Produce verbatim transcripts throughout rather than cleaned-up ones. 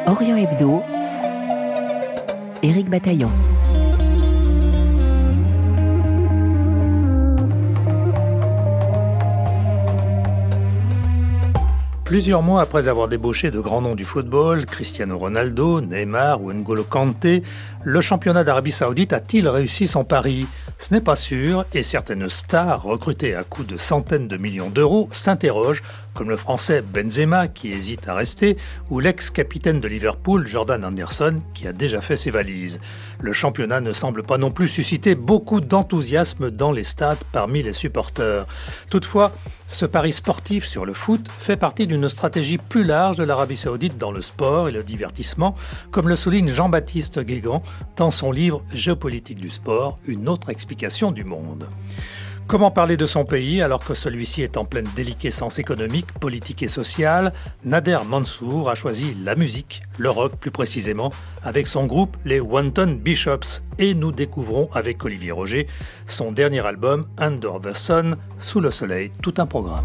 Orient Hebdo, Éric Bataillon. Plusieurs mois après avoir débauché de grands noms du football, Cristiano Ronaldo, Neymar ou N'Golo Kanté, le championnat d'Arabie Saoudite a-t-il réussi son pari ? Ce n'est pas sûr et certaines stars recrutées à coût de centaines de millions d'euros s'interrogent, comme le français Benzema qui hésite à rester ou l'ex-capitaine de Liverpool Jordan Henderson qui a déjà fait ses valises. Le championnat ne semble pas non plus susciter beaucoup d'enthousiasme dans les stades parmi les supporters. Toutefois, ce pari sportif sur le foot fait partie d'une stratégie plus large de l'Arabie Saoudite dans le sport et le divertissement, comme le souligne Jean-Baptiste Guégan dans son livre « Géopolitique du sport, une autre explication du monde ». Comment parler de son pays alors que celui-ci est en pleine déliquescence économique, politique et sociale ? Nader Mansour a choisi la musique, le rock plus précisément, avec son groupe les Wanton Bishops. Et nous découvrons avec Olivier Roger son dernier album Under the Sun, Sous le soleil, tout un programme.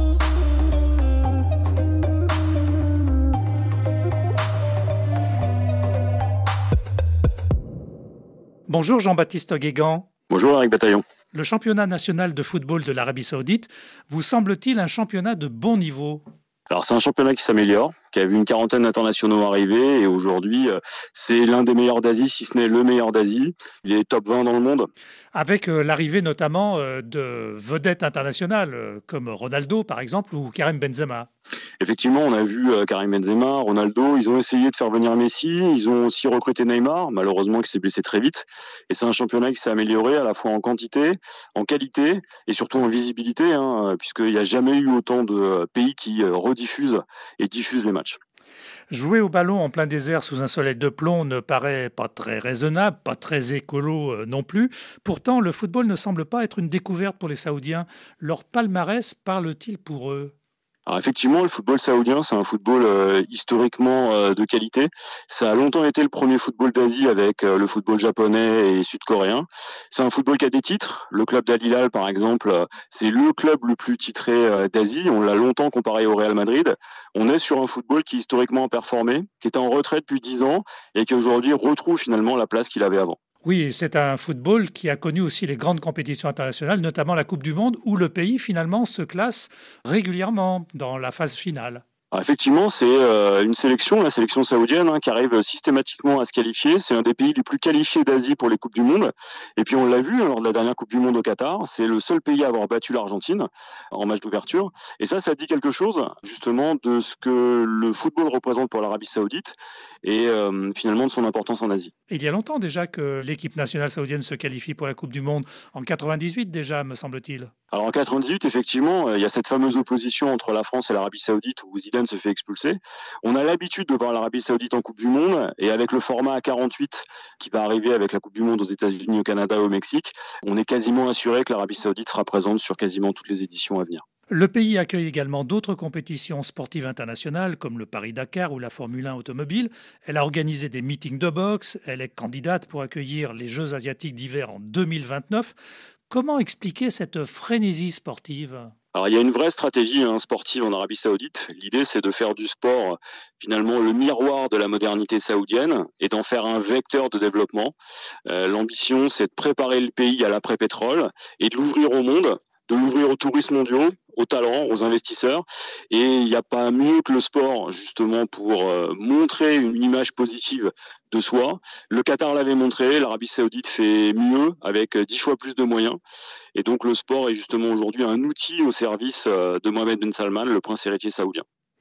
Bonjour Jean-Baptiste Guégan. Bonjour Éric Bataillon. Le championnat national de football de l'Arabie Saoudite vous semble-t-il un championnat de bon niveau ? Alors c'est un championnat qui s'améliore, qui a vu une quarantaine d'internationaux arriver et aujourd'hui c'est l'un des meilleurs d'Asie, si ce n'est le meilleur d'Asie. Il est top vingt dans le monde. Avec euh, l'arrivée notamment euh, de vedettes internationales euh, comme Ronaldo par exemple ou Karim Benzema. Effectivement, on a vu euh, Karim Benzema, Ronaldo, ils ont essayé de faire venir Messi, ils ont aussi recruté Neymar, malheureusement qui s'est blessé très vite. Et c'est un championnat qui s'est amélioré à la fois en quantité, en qualité et surtout en visibilité, hein, puisqu'il n'y a jamais eu autant de pays qui euh, rediffusent et diffusent les matchs. Jouer au ballon en plein désert sous un soleil de plomb ne paraît pas très raisonnable, pas très écolo non plus. Pourtant, le football ne semble pas être une découverte pour les Saoudiens. Leur palmarès parle-t-il pour eux ? Alors effectivement, le football saoudien, c'est un football euh, historiquement euh, de qualité. Ça a longtemps été le premier football d'Asie avec euh, le football japonais et sud-coréen. C'est un football qui a des titres. Le club d'Al Hilal, par exemple, euh, c'est le club le plus titré euh, d'Asie. On l'a longtemps comparé au Real Madrid. On est sur un football qui historiquement a performé, qui était en retrait depuis dix ans et qui aujourd'hui retrouve finalement la place qu'il avait avant. Oui, c'est un football qui a connu aussi les grandes compétitions internationales, notamment la Coupe du Monde, où le pays finalement se classe régulièrement dans la phase finale. Alors effectivement, c'est euh, une sélection, la sélection saoudienne, hein, qui arrive systématiquement à se qualifier. C'est un des pays les plus qualifiés d'Asie pour les Coupes du Monde. Et puis on l'a vu lors de la dernière Coupe du Monde au Qatar, c'est le seul pays à avoir battu l'Argentine en match d'ouverture. Et ça, ça dit quelque chose justement de ce que le football représente pour l'Arabie Saoudite et euh, finalement de son importance en Asie. Il y a longtemps déjà que l'équipe nationale saoudienne se qualifie pour la Coupe du Monde, en quatre-vingt-dix-huit déjà, me semble-t-il. Alors en quatre-vingt-dix-huit, effectivement, il y a cette fameuse opposition entre la France et l'Arabie Saoudite où Zidane se fait expulser. On a l'habitude de voir l'Arabie Saoudite en Coupe du Monde et avec le format à quarante-huit qui va arriver avec la Coupe du Monde aux États-Unis, au Canada et au Mexique, on est quasiment assuré que l'Arabie Saoudite sera présente sur quasiment toutes les éditions à venir. Le pays accueille également d'autres compétitions sportives internationales comme le Paris-Dakar ou la Formule un automobile. Elle a organisé des meetings de boxe. Elle est candidate pour accueillir les Jeux asiatiques d'hiver en deux mille vingt-neuf. Comment expliquer cette frénésie sportive ? Alors il y a une vraie stratégie hein, sportive en Arabie Saoudite. L'idée c'est de faire du sport finalement le miroir de la modernité saoudienne et d'en faire un vecteur de développement. Euh, l'ambition c'est de préparer le pays à l'après-pétrole et de l'ouvrir au monde, de l'ouvrir aux touristes mondiaux, aux talents, aux investisseurs. Et il n'y a pas mieux que le sport, justement, pour euh, montrer une image positive de soi. Le Qatar l'avait montré, l'Arabie Saoudite fait mieux, avec dix fois plus de moyens. Et donc le sport est justement aujourd'hui un outil au service euh, de Mohammed Ben Salman, le prince héritier saoudien.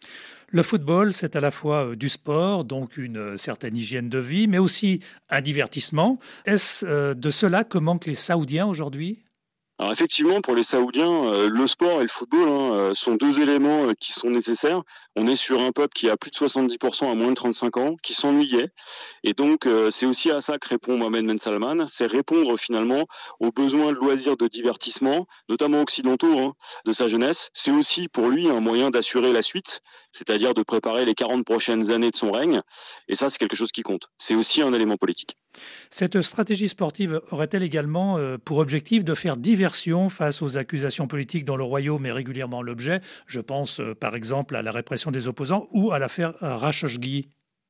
Le football, c'est à la fois du sport, donc une certaine hygiène de vie, mais aussi un divertissement. Est-ce de cela que manquent les Saoudiens aujourd'hui ? Alors effectivement, pour les Saoudiens, euh, le sport et le football hein, sont deux éléments euh, qui sont nécessaires. On est sur un peuple qui a plus de soixante-dix pour cent à moins de trente-cinq ans, qui s'ennuyait. Et donc, euh, c'est aussi à ça que répond Mohammed Ben Salman, c'est répondre finalement aux besoins de loisirs, de divertissement, notamment occidentaux, hein, de sa jeunesse. C'est aussi pour lui un moyen d'assurer la suite, c'est-à-dire de préparer les quarante prochaines années de son règne. Et ça, c'est quelque chose qui compte. C'est aussi un élément politique. Cette stratégie sportive aurait-elle également euh, pour objectif de faire diversion face aux accusations politiques dont le royaume est régulièrement l'objet ? Je pense euh, par exemple à la répression des opposants ou à l'affaire Khashoggi.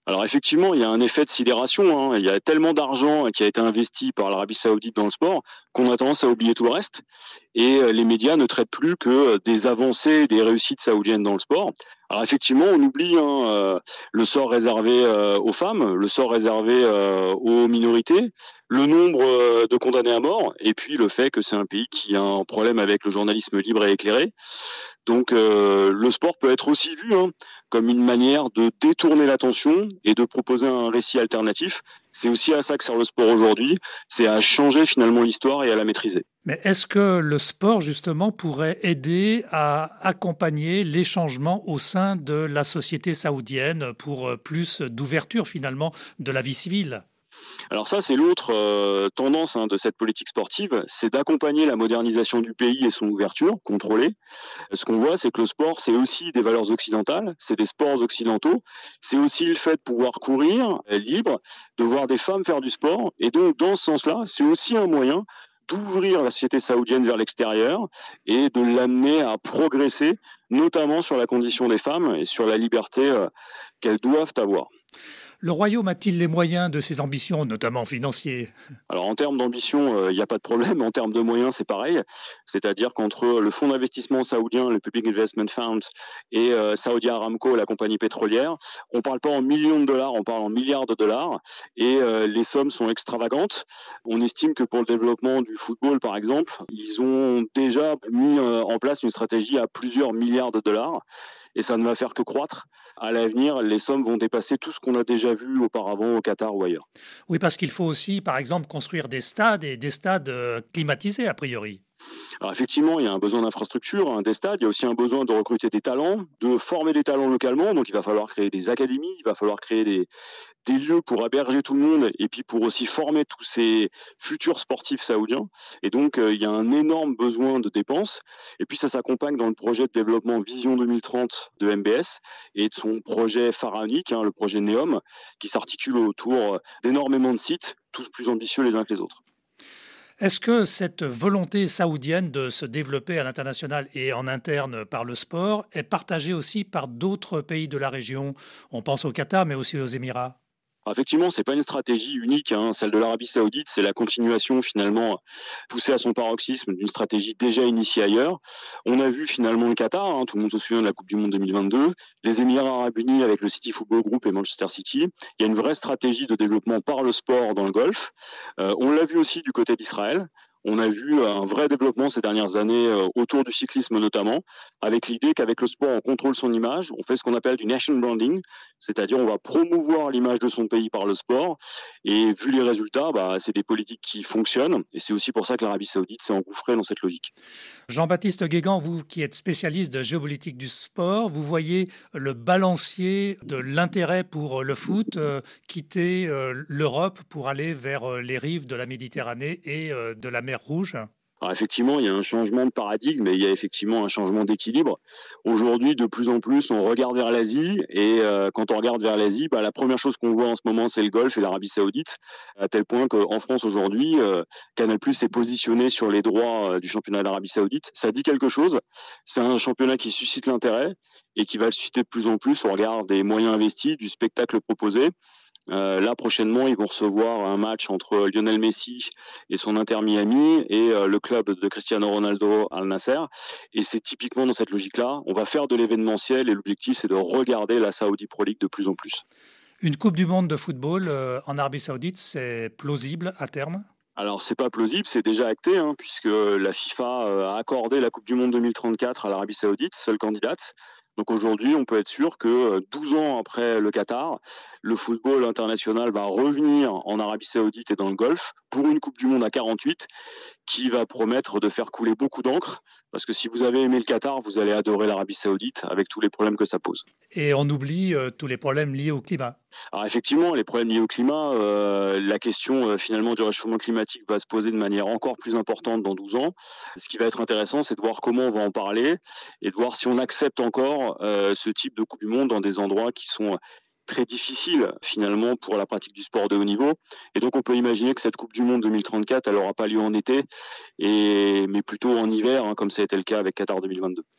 Alors effectivement, il y a un effet de sidération, hein. Il y a tellement d'argent qui a été investi par l'Arabie Saoudite dans le sport qu'on a tendance à oublier tout le reste. Et euh, les médias ne traitent plus que euh, des avancées, des réussites saoudiennes dans le sport. Alors effectivement, on oublie hein, euh, le sort réservé euh, aux femmes, le sort réservé euh, aux minorités, le nombre euh, de condamnés à mort, et puis le fait que c'est un pays qui a un problème avec le journalisme libre et éclairé. Donc euh, le sport peut être aussi vu hein, comme une manière de détourner l'attention et de proposer un récit alternatif. C'est aussi à ça que sert le sport aujourd'hui, c'est à changer finalement l'histoire et à la maîtriser. Mais est-ce que le sport, justement, pourrait aider à accompagner les changements au sein de la société saoudienne pour plus d'ouverture, finalement, de la vie civile ? Alors ça, c'est l'autre euh, tendance hein, de cette politique sportive, c'est d'accompagner la modernisation du pays et son ouverture contrôlée. Ce qu'on voit, c'est que le sport, c'est aussi des valeurs occidentales, c'est des sports occidentaux, c'est aussi le fait de pouvoir courir euh, libre, de voir des femmes faire du sport, et donc dans ce sens-là, c'est aussi un moyen d'ouvrir la société saoudienne vers l'extérieur et de l'amener à progresser, notamment sur la condition des femmes et sur la liberté euh, qu'elles doivent avoir. Le royaume a-t-il les moyens de ses ambitions, notamment financiers ? Alors en termes d'ambition, il euh, n'y a pas de problème. En termes de moyens, c'est pareil. C'est-à-dire qu'entre le fonds d'investissement saoudien, le Public Investment Fund, et euh, Saudi Aramco, la compagnie pétrolière, on ne parle pas en millions de dollars, on parle en milliards de dollars. Et euh, les sommes sont extravagantes. On estime que pour le développement du football, par exemple, ils ont déjà mis euh, en place une stratégie à plusieurs milliards de dollars. Et ça ne va faire que croître. À l'avenir, les sommes vont dépasser tout ce qu'on a déjà vu auparavant au Qatar ou ailleurs. Oui, parce qu'il faut aussi, par exemple, construire des stades et des stades euh, climatisés, a priori. Alors effectivement, il y a un besoin d'infrastructure, hein, des stades, il y a aussi un besoin de recruter des talents, de former des talents localement, donc il va falloir créer des académies, il va falloir créer des, des lieux pour héberger tout le monde et puis pour aussi former tous ces futurs sportifs saoudiens. Et donc, euh, il y a un énorme besoin de dépenses. Et puis, ça s'accompagne dans le projet de développement Vision deux mille trente de M B S et de son projet pharaonique, hein, le projet NEOM, qui s'articule autour d'énormément de sites, tous plus ambitieux les uns que les autres. Est-ce que cette volonté saoudienne de se développer à l'international et en interne par le sport est partagée aussi par d'autres pays de la région ? On pense au Qatar, mais aussi aux Émirats. Effectivement, c'est pas une stratégie unique, hein. Celle de l'Arabie Saoudite, c'est la continuation finalement poussée à son paroxysme d'une stratégie déjà initiée ailleurs. On a vu finalement le Qatar, hein, tout le monde se souvient de la Coupe du Monde deux mille vingt-deux, les Émirats Arabes Unis avec le City Football Group et Manchester City. Il y a une vraie stratégie de développement par le sport dans le Golfe. Euh, on l'a vu aussi du côté d'Israël. On a vu un vrai développement ces dernières années euh, autour du cyclisme notamment, avec l'idée qu'avec le sport, on contrôle son image, on fait ce qu'on appelle du nation branding, c'est-à-dire on va promouvoir l'image de son pays par le sport, et vu les résultats, bah, c'est des politiques qui fonctionnent, et c'est aussi pour ça que l'Arabie Saoudite s'est engouffrée dans cette logique. Jean-Baptiste Guégan, vous qui êtes spécialiste de géopolitique du sport, vous voyez le balancier de l'intérêt pour le foot euh, quitter euh, l'Europe pour aller vers euh, les rives de la Méditerranée et euh, de la mer Rouge ? Alors effectivement, il y a un changement de paradigme et il y a effectivement un changement d'équilibre. Aujourd'hui, de plus en plus, on regarde vers l'Asie et euh, quand on regarde vers l'Asie, bah, la première chose qu'on voit en ce moment, c'est le Golfe et l'Arabie Saoudite, à tel point qu'en France aujourd'hui, euh, Canal+ est positionné sur les droits euh, du championnat d'Arabie Saoudite. Ça dit quelque chose. C'est un championnat qui suscite l'intérêt et qui va le susciter de plus en plus au regard des moyens investis, du spectacle proposé. Euh, là, prochainement, ils vont recevoir un match entre Lionel Messi et son Inter Miami et euh, le club de Cristiano Ronaldo Al Nasser. Et c'est typiquement dans cette logique-là. On va faire de l'événementiel et l'objectif, c'est de regarder la Saudi Pro League de plus en plus. Une Coupe du Monde de football euh, en Arabie Saoudite, c'est plausible à terme ? Alors, c'est pas plausible, c'est déjà acté, hein, puisque la FIFA a accordé la Coupe du Monde deux mille trente-quatre à l'Arabie Saoudite, seule candidate. Donc aujourd'hui, on peut être sûr que douze ans après le Qatar, le football international va revenir en Arabie Saoudite et dans le Golfe pour une Coupe du Monde à quarante-huit qui va promettre de faire couler beaucoup d'encre. Parce que si vous avez aimé le Qatar, vous allez adorer l'Arabie Saoudite avec tous les problèmes que ça pose. Et on oublie euh, tous les problèmes liés au climat. Alors effectivement, les problèmes liés au climat, euh, la question euh, finalement du réchauffement climatique va se poser de manière encore plus importante dans douze ans. Ce qui va être intéressant, c'est de voir comment on va en parler et de voir si on accepte encore euh, ce type de Coupe du Monde dans des endroits qui sont très difficiles finalement pour la pratique du sport de haut niveau. Et donc on peut imaginer que cette Coupe du Monde deux mille trente-quatre, elle n'aura pas lieu en été, et, mais plutôt en hiver, hein, comme ça a été le cas avec Qatar deux mille vingt-deux.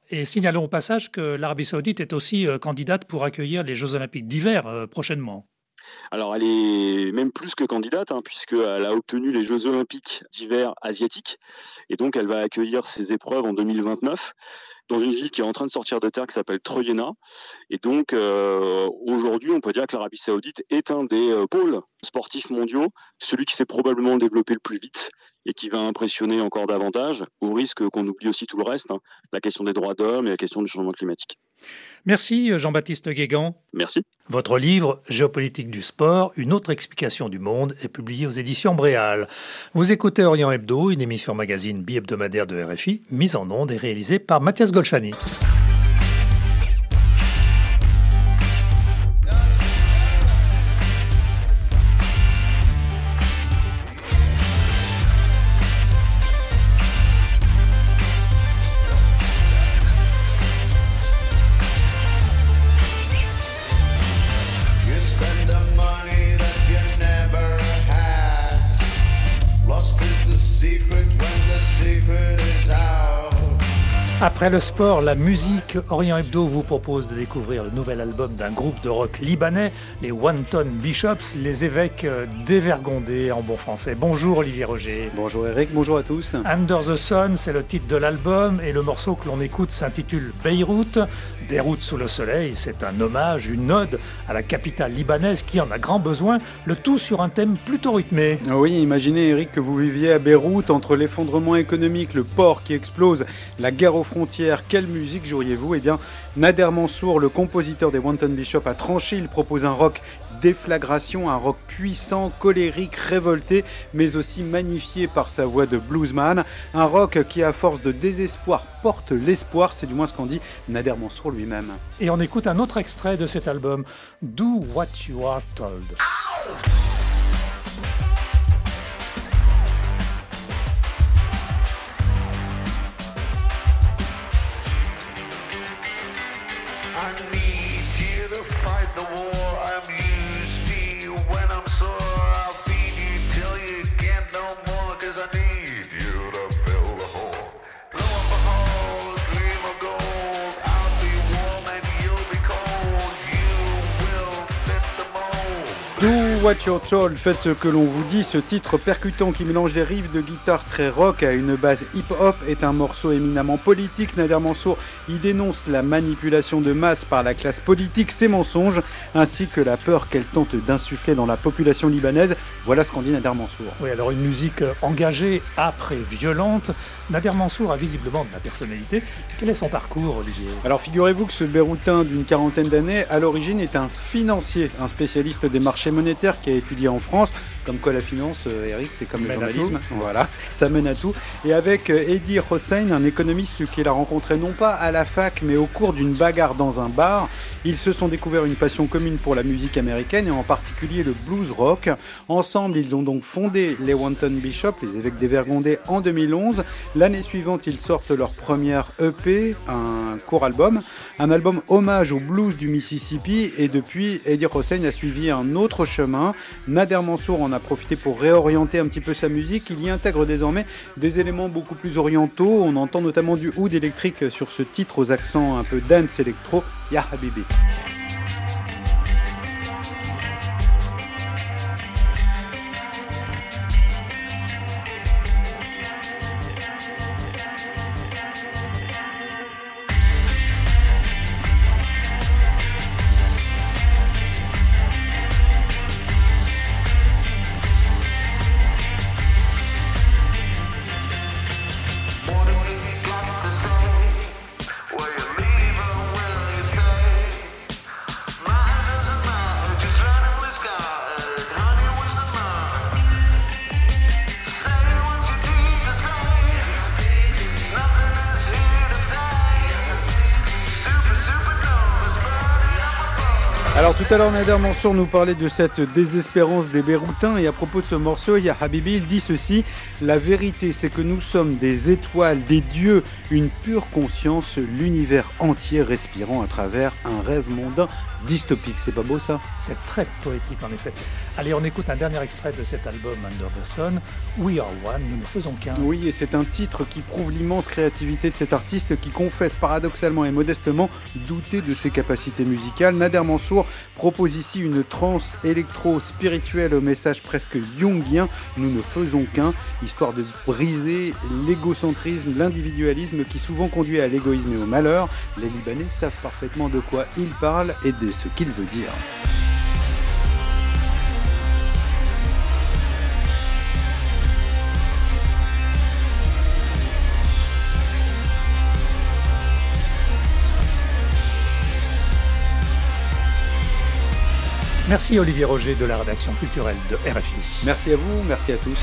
Et signalons au passage que l'Arabie Saoudite est aussi euh, candidate pour accueillir les Jeux Olympiques d'hiver euh, prochainement. Alors elle est même plus que candidate, hein, puisqu'elle a obtenu les Jeux Olympiques d'hiver asiatiques, et donc elle va accueillir ces épreuves en deux mille vingt-neuf. Dans une ville qui est en train de sortir de terre, qui s'appelle Troyena. Et donc, euh, aujourd'hui, on peut dire que l'Arabie Saoudite est un des euh, pôles sportifs mondiaux, celui qui s'est probablement développé le plus vite et qui va impressionner encore davantage, au risque qu'on oublie aussi tout le reste, hein, la question des droits d'homme et la question du changement climatique. Merci Jean-Baptiste Guégan. Merci. Votre livre « Géopolitique du sport, une autre explication du monde » est publié aux éditions Bréal. Vous écoutez Orient Hebdo, une émission magazine bi-hebdomadaire de R F I, mise en onde et réalisée par Mathias Golchani. Après le sport, la musique, Orient Hebdo vous propose de découvrir le nouvel album d'un groupe de rock libanais, les One Ton Bishops, les évêques dévergondés en bon français. Bonjour Olivier Roger. Bonjour Eric, bonjour à tous. Under the Sun, c'est le titre de l'album et le morceau que l'on écoute s'intitule Beyrouth. Beyrouth sous le soleil, c'est un hommage, une ode à la capitale libanaise qui en a grand besoin, le tout sur un thème plutôt rythmé. Oui, imaginez Eric que vous viviez à Beyrouth entre l'effondrement économique, le port qui explose, la guerre aux frontières. Quelle musique joueriez-vous ? Eh bien, Nader Mansour, le compositeur des One Ton Bishops, a tranché. Il propose un rock déflagration, un rock puissant, colérique, révolté, mais aussi magnifié par sa voix de bluesman. Un rock qui, à force de désespoir, porte l'espoir. C'est du moins ce qu'en dit Nader Mansour lui-même. Et on écoute un autre extrait de cet album, Do What You Are Told. Do what you're told, faites ce que l'on vous dit. Ce titre percutant qui mélange des riffs de guitare très rock à une base hip-hop est un morceau éminemment politique. Nader Mansour y dénonce la manipulation de masse par la classe politique, ses mensonges, ainsi que la peur qu'elle tente d'insuffler dans la population libanaise. Voilà ce qu'en dit Nader Mansour. Oui, alors une musique engagée, âpre et violente. Nader Mansour a visiblement de la personnalité. Quel est son parcours, Olivier ? Alors figurez-vous que ce Beyrouthien d'une quarantaine d'années, à l'origine, est un financier, un spécialiste des marchés monétaires qui a étudié en France. Comme quoi la finance, Eric, c'est comme le journalisme. Voilà, ça mène à tout. Et avec Eddie Hossein, un économiste qu'il a rencontré non pas à la fac, mais au cours d'une bagarre dans un bar, ils se sont découverts une passion commune pour la musique américaine et en particulier le blues rock. Ensemble, ils ont donc fondé les One Ton Bishops, les évêques dévergondés, en deux mille onze. L'année suivante, ils sortent leur première E P, un court album, un album hommage au blues du Mississippi. Et depuis, Eddie Hossein a suivi un autre chemin. Nader Mansour en a profité pour réorienter un petit peu sa musique. Il y intègre désormais des éléments beaucoup plus orientaux. On entend notamment du oud électrique sur ce titre aux accents un peu dance électro, Ya Habibi. Alors tout à l'heure Nader Mansour nous parlait de cette désespérance des Beyrouthins et à propos de ce morceau, Ya Habibi, il dit ceci: la vérité c'est que nous sommes des étoiles, des dieux, une pure conscience, l'univers entier respirant à travers un rêve mondain dystopique. C'est pas beau ça? C'est très poétique en effet. Allez, on écoute un dernier extrait de cet album Under the Sun, We Are One, nous ne faisons qu'un. Oui, et c'est un titre qui prouve l'immense créativité de cet artiste qui confesse paradoxalement et modestement douter de ses capacités musicales. Nader Mansour propose ici une trance électro-spirituelle au message presque jungien, nous ne faisons qu'un, histoire de briser l'égocentrisme, l'individualisme qui souvent conduit à l'égoïsme et au malheur. Les Libanais savent parfaitement de quoi il parle et de ce qu'il veut dire. Merci Olivier Roger de la rédaction culturelle de R F I. Merci à vous, merci à tous.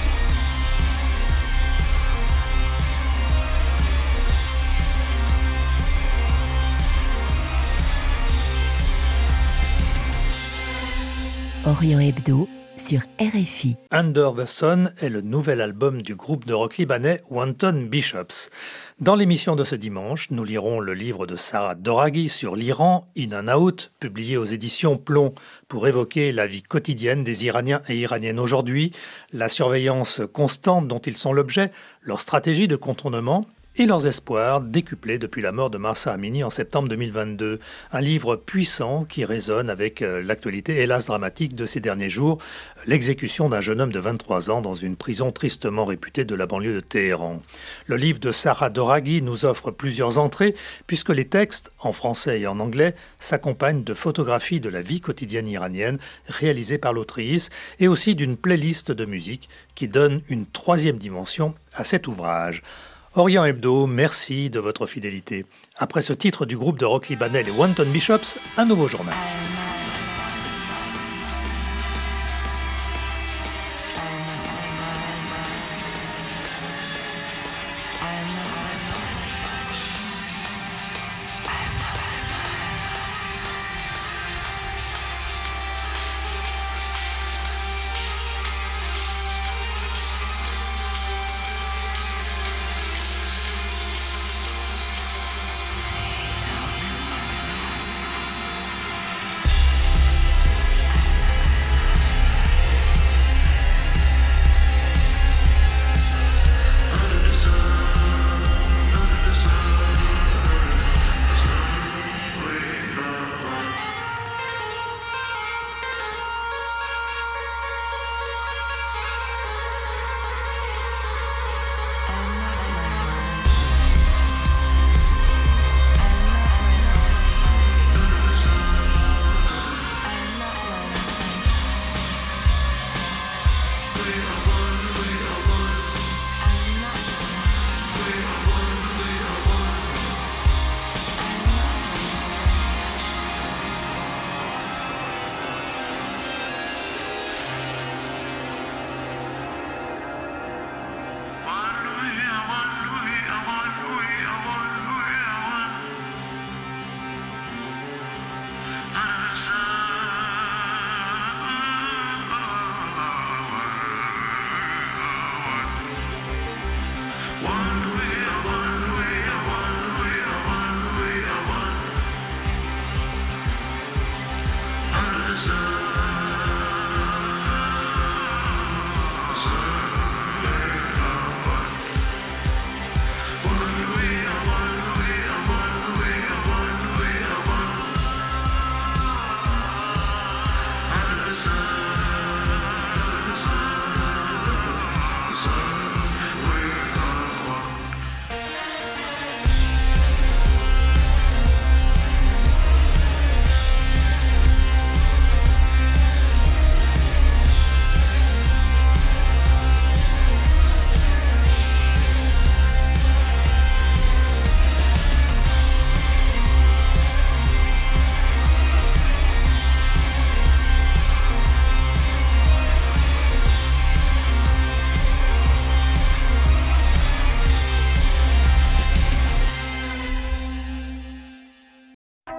Orient Hebdo sur R F I. Under the Sun est le nouvel album du groupe de rock libanais Wanton Bishops. Dans l'émission de ce dimanche, nous lirons le livre de Sarah Doraghi sur l'Iran, In and Out, publié aux éditions Plomb, pour évoquer la vie quotidienne des Iraniens et Iraniennes aujourd'hui, la surveillance constante dont ils sont l'objet, leur stratégie de contournement et leurs espoirs décuplés depuis la mort de Mahsa Amini en septembre deux mille vingt-deux. Un livre puissant qui résonne avec l'actualité hélas dramatique de ces derniers jours, l'exécution d'un jeune homme de vingt-trois ans dans une prison tristement réputée de la banlieue de Téhéran. Le livre de Sarah Doraghi nous offre plusieurs entrées puisque les textes, en français et en anglais, s'accompagnent de photographies de la vie quotidienne iranienne réalisées par l'autrice et aussi d'une playlist de musique qui donne une troisième dimension à cet ouvrage. Orient Hebdo, merci de votre fidélité. Après ce titre du groupe de rock libanais les Wanton Bishops, un nouveau journal. Sun.